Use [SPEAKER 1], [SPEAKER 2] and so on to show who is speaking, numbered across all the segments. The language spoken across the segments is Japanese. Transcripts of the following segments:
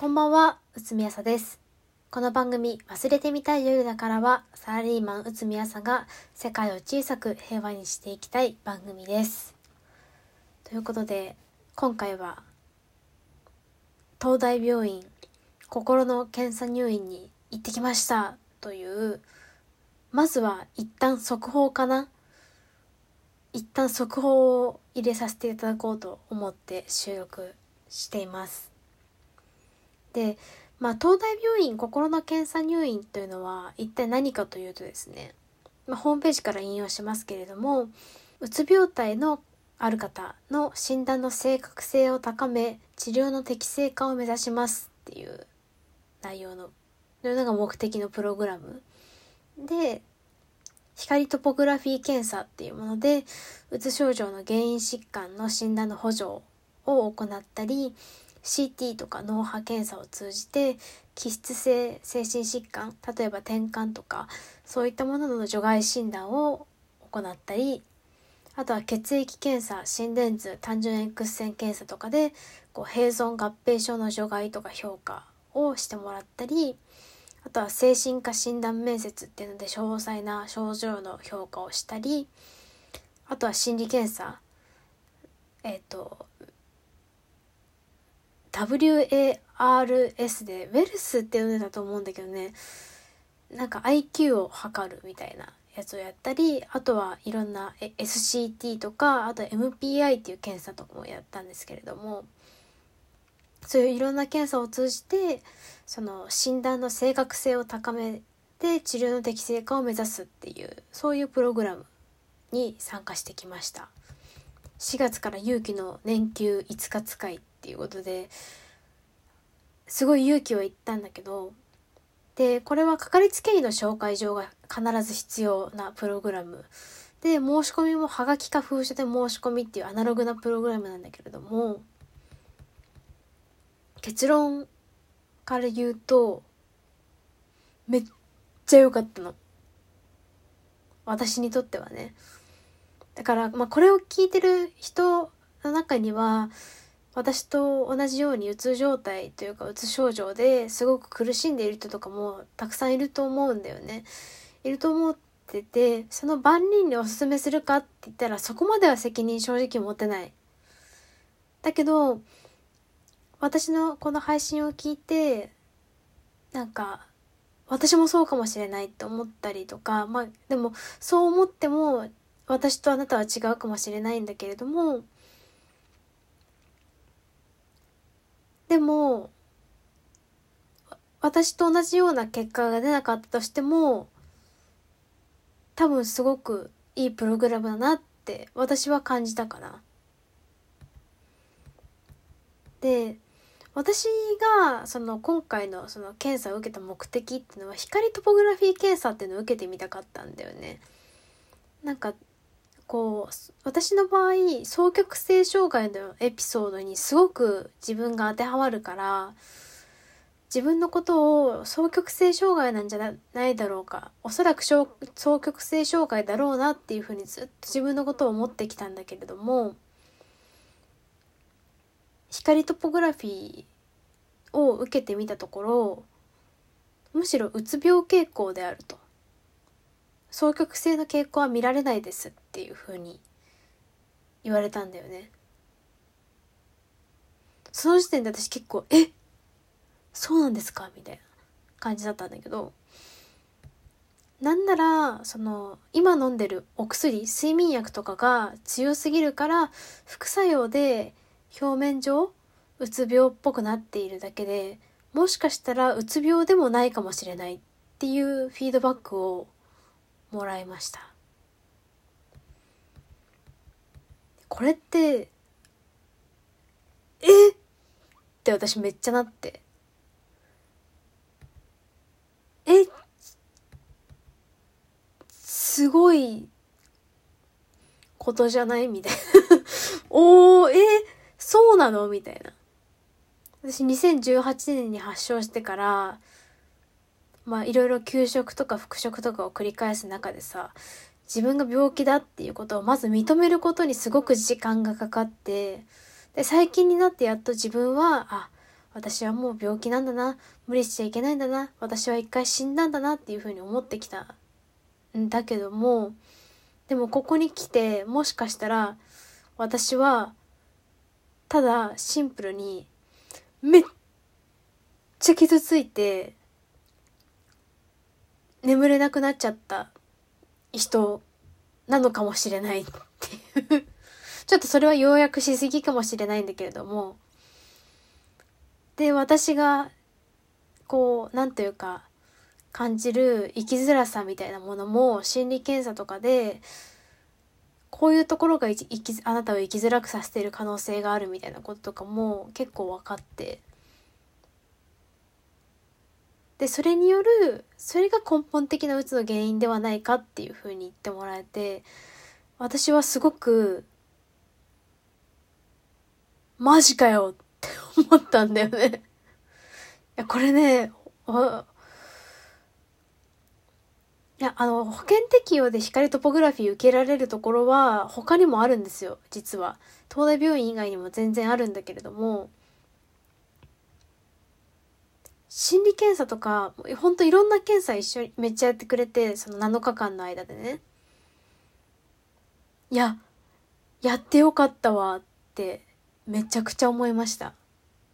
[SPEAKER 1] こんばんは、内海朝です。この番組、忘れてみたい夜だからは、サラリーマン内海朝が世界を小さく平和にしていきたい番組です。ということで、今回は、東大病院心の検査入院に行ってきましたという、まずは一旦速報かな。一旦速報を入れさせていただこうと思って収録しています。で、東大病院心の検査入院というのは一体何かというとですね、ホームページから引用しますけれども、うつ病態のある方の診断の正確性を高め、治療の適正化を目指しますっていう内容の、というのが目的のプログラムで、光トポグラフィー検査っていうもので、うつ症状の原因疾患の診断の補助を行ったり、CT とか脳波検査を通じて気質性精神疾患、例えば転換とかそういったものの除外診断を行ったり、あとは血液検査、心電図、単純 X 線検査とかで併存合併症の除外とか評価をしてもらったり、あとは精神科診断面接っていうので詳細な症状の評価をしたり、あとは心理検査、WARS でウェルスって呼んでたと思うんだけどね、なんか IQ を測るみたいなやつをやったり、あとはいろんな SCT とか、あと MPI っていう検査とかもやったんですけれども、そういういろんな検査を通じてその診断の正確性を高めて治療の適正化を目指すっていう、そういうプログラムに参加してきました。4月から有期の年休5日使いっていうことで、すごい勇気はいったんだけど、でこれはかかりつけ医の紹介状が必ず必要なプログラムで、申し込みもはがきか封書で申し込みっていうアナログなプログラムなんだけれども、結論から言うとめっちゃ良かったの、私にとってはね。だからこれを聞いてる人の中には、私と同じようにうつ状態というかうつ症状ですごく苦しんでいる人とかもたくさんいると思うんだよね。いると思ってて、その万人におすすめするかって言ったらそこまでは責任正直持てない。だけど私のこの配信を聞いて、私もそうかもしれないと思ったりとか、でもそう思っても私とあなたは違うかもしれないんだけれども、でも私と同じような結果が出なかったとしても、多分すごくいいプログラムだなって私は感じたかな。で、私が今回の検査を受けた目的っていうのは、光トポグラフィー検査っていうのを受けてみたかったんだよね。私の場合双極性障害のエピソードにすごく自分が当てはまるから、自分のことを双極性障害なんじゃないだろうか、おそらく双極性障害だろうなっていうふうにずっと自分のことを思ってきたんだけれども、光トポグラフィーを受けてみたところ、むしろうつ病傾向であると、双極性の傾向は見られないですっていうふうに言われたんだよね。その時点で私結構そうなんですかみたいな感じだったんだけど、なんなら今飲んでるお薬、睡眠薬とかが強すぎるから副作用で表面上うつ病っぽくなっているだけで、もしかしたらうつ病でもないかもしれないっていうフィードバックをもらいました。これってって私めっちゃなって、すごいことじゃないみたいなそうなのみたいな。私2018年に発症してからいろいろ休職とか復職とかを繰り返す中でさ、自分が病気だっていうことをまず認めることにすごく時間がかかって、で最近になってやっと自分は私はもう病気なんだな、無理しちゃいけないんだな、私は一回死んだんだなっていうふうに思ってきたんだけども、でもここに来てもしかしたら私はただシンプルにめっちゃ傷ついて眠れなくなっちゃった人なのかもしれないっていうちょっとそれは要約しすぎかもしれないんだけれども、で私がこうなんというか感じる生きづらさみたいなものも心理検査とかでこういうところがあなたを生きづらくさせている可能性があるみたいなこととかも結構分かって、でそれが根本的なうつの原因ではないかっていうふうに言ってもらえて、私はすごくマジかよって思ったんだよねいやこれね、保険適用で光トポグラフィー受けられるところは他にもあるんですよ、実は。東大病院以外にも全然あるんだけれども、心理検査とか、ほんといろんな検査一緒にめっちゃやってくれて、その7日間の間でね。いや、やってよかったわってめちゃくちゃ思いました。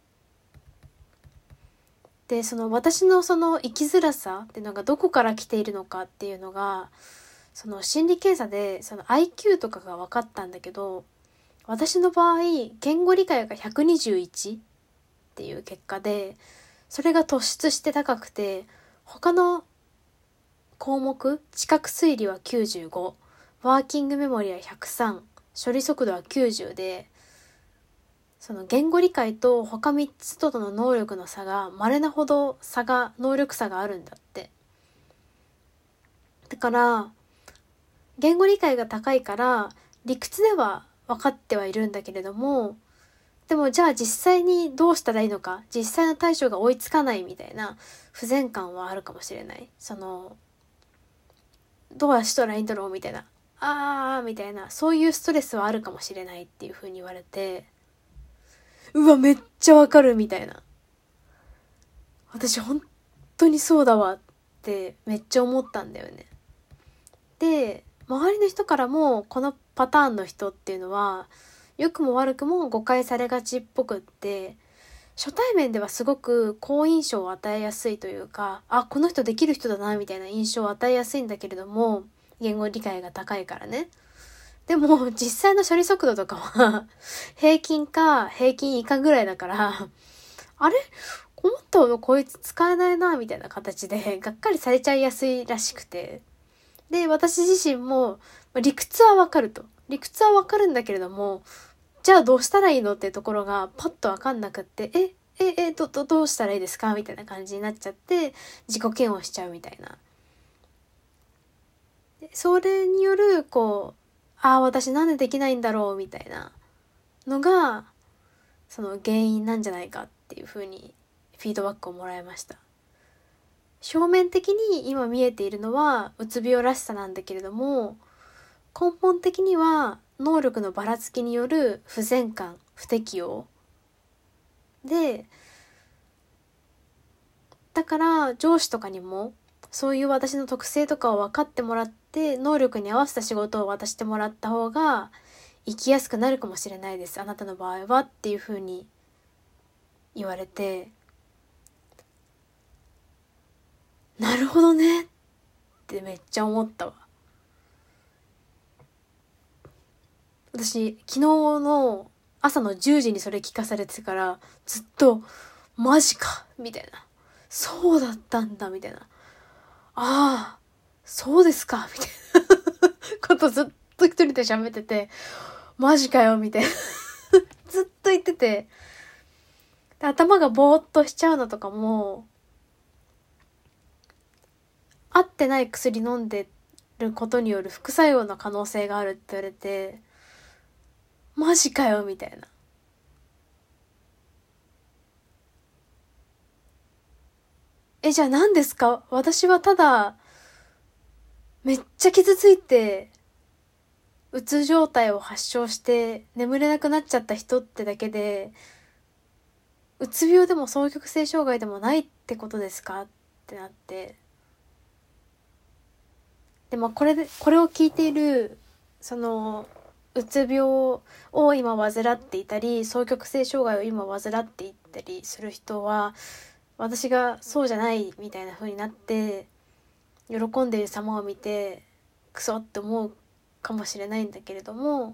[SPEAKER 1] で、私の生きづらさっていうのがどこから来ているのかっていうのが、その心理検査でIQ とかが分かったんだけど、私の場合言語理解が121っていう結果で、それが突出して高くて、他の項目、知覚推理は95、ワーキングメモリは103、処理速度は90で、その言語理解と他3つとの能力の差が稀なほど能力差があるんだって。だから言語理解が高いから理屈では分かってはいるんだけれども、でもじゃあ実際にどうしたらいいのか、実際の対処が追いつかないみたいな不全感はあるかもしれない。どうしたらいいんだろうみたいな、みたいな、そういうストレスはあるかもしれないっていう風に言われて、うわめっちゃわかるみたいな、私本当にそうだわってめっちゃ思ったんだよね。で、周りの人からもこのパターンの人っていうのは良くも悪くも誤解されがちっぽくって、初対面ではすごく好印象を与えやすいというか、この人できる人だなみたいな印象を与えやすいんだけれども、言語理解が高いからね。でも実際の処理速度とかは平均か平均以下ぐらいだから、あれ思ったほどこいつ使えないなみたいな形でがっかりされちゃいやすいらしくて、で私自身も理屈はわかるんだけれども、じゃあどうしたらいいのっていうところがパッとわかんなくって、どうしたらいいですかみたいな感じになっちゃって自己嫌悪しちゃうみたいな。でそれによる私なんでできないんだろうみたいなのがその原因なんじゃないかっていう風にフィードバックをもらいました。表面的に今見えているのはうつ病らしさなんだけれども、根本的には能力のばらつきによる不全感、不適応で、だから上司とかにもそういう私の特性とかを分かってもらって、能力に合わせた仕事を渡してもらった方が生きやすくなるかもしれないです、あなたの場合はっていう風に言われて、なるほどねってめっちゃ思ったわ。私昨日の朝の10時にそれ聞かされてからずっとマジかみたいな、そうだったんだみたいな、そうですかみたいなことずっと一人で喋ってて、マジかよみたいなずっと言ってて、で頭がぼーっとしちゃうのとかも、合ってない薬飲んでることによる副作用の可能性があるって言われて、マジかよみたいな。じゃあ何ですか？私はただめっちゃ傷ついてうつ状態を発症して眠れなくなっちゃった人ってだけで、 うつ病でも双極性障害でもないってことですかってなって、でもこれを聞いているそのうつ病を今患っていたり双極性障害を今患っていったりする人は、私がそうじゃないみたいな風になって喜んでいる様を見てクソって思うかもしれないんだけれども、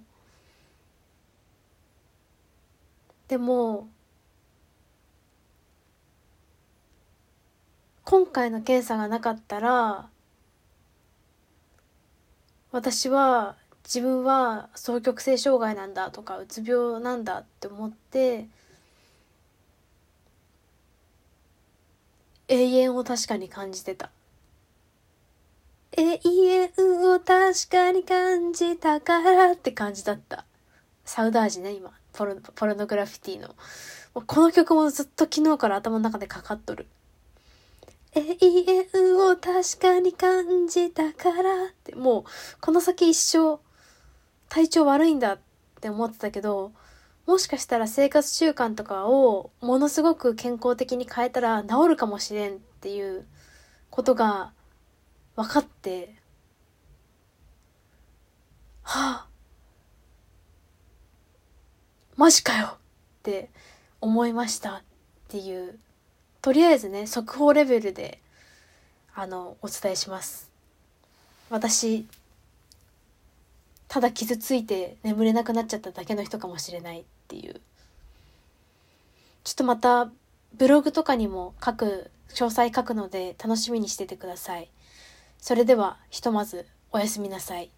[SPEAKER 1] でも今回の検査がなかったら、私は自分は双極性障害なんだとかうつ病なんだって思って永遠を確かに感じてた。永遠を確かに感じたからって感じだった。サウダージね、今ポルノグラフィティのこの曲もずっと昨日から頭の中でかかっとる。永遠を確かに感じたからって、もうこの先一生体調悪いんだって思ってたけど、もしかしたら生活習慣とかをものすごく健康的に変えたら治るかもしれんっていうことが分かって、はあ、マジかよって思いましたっていう、とりあえずね、速報レベルでお伝えします。私ただ傷ついて眠れなくなっちゃっただけの人かもしれないっていう。ちょっとまたブログとかにも詳細書くので楽しみにしててください。それではひとまずおやすみなさい。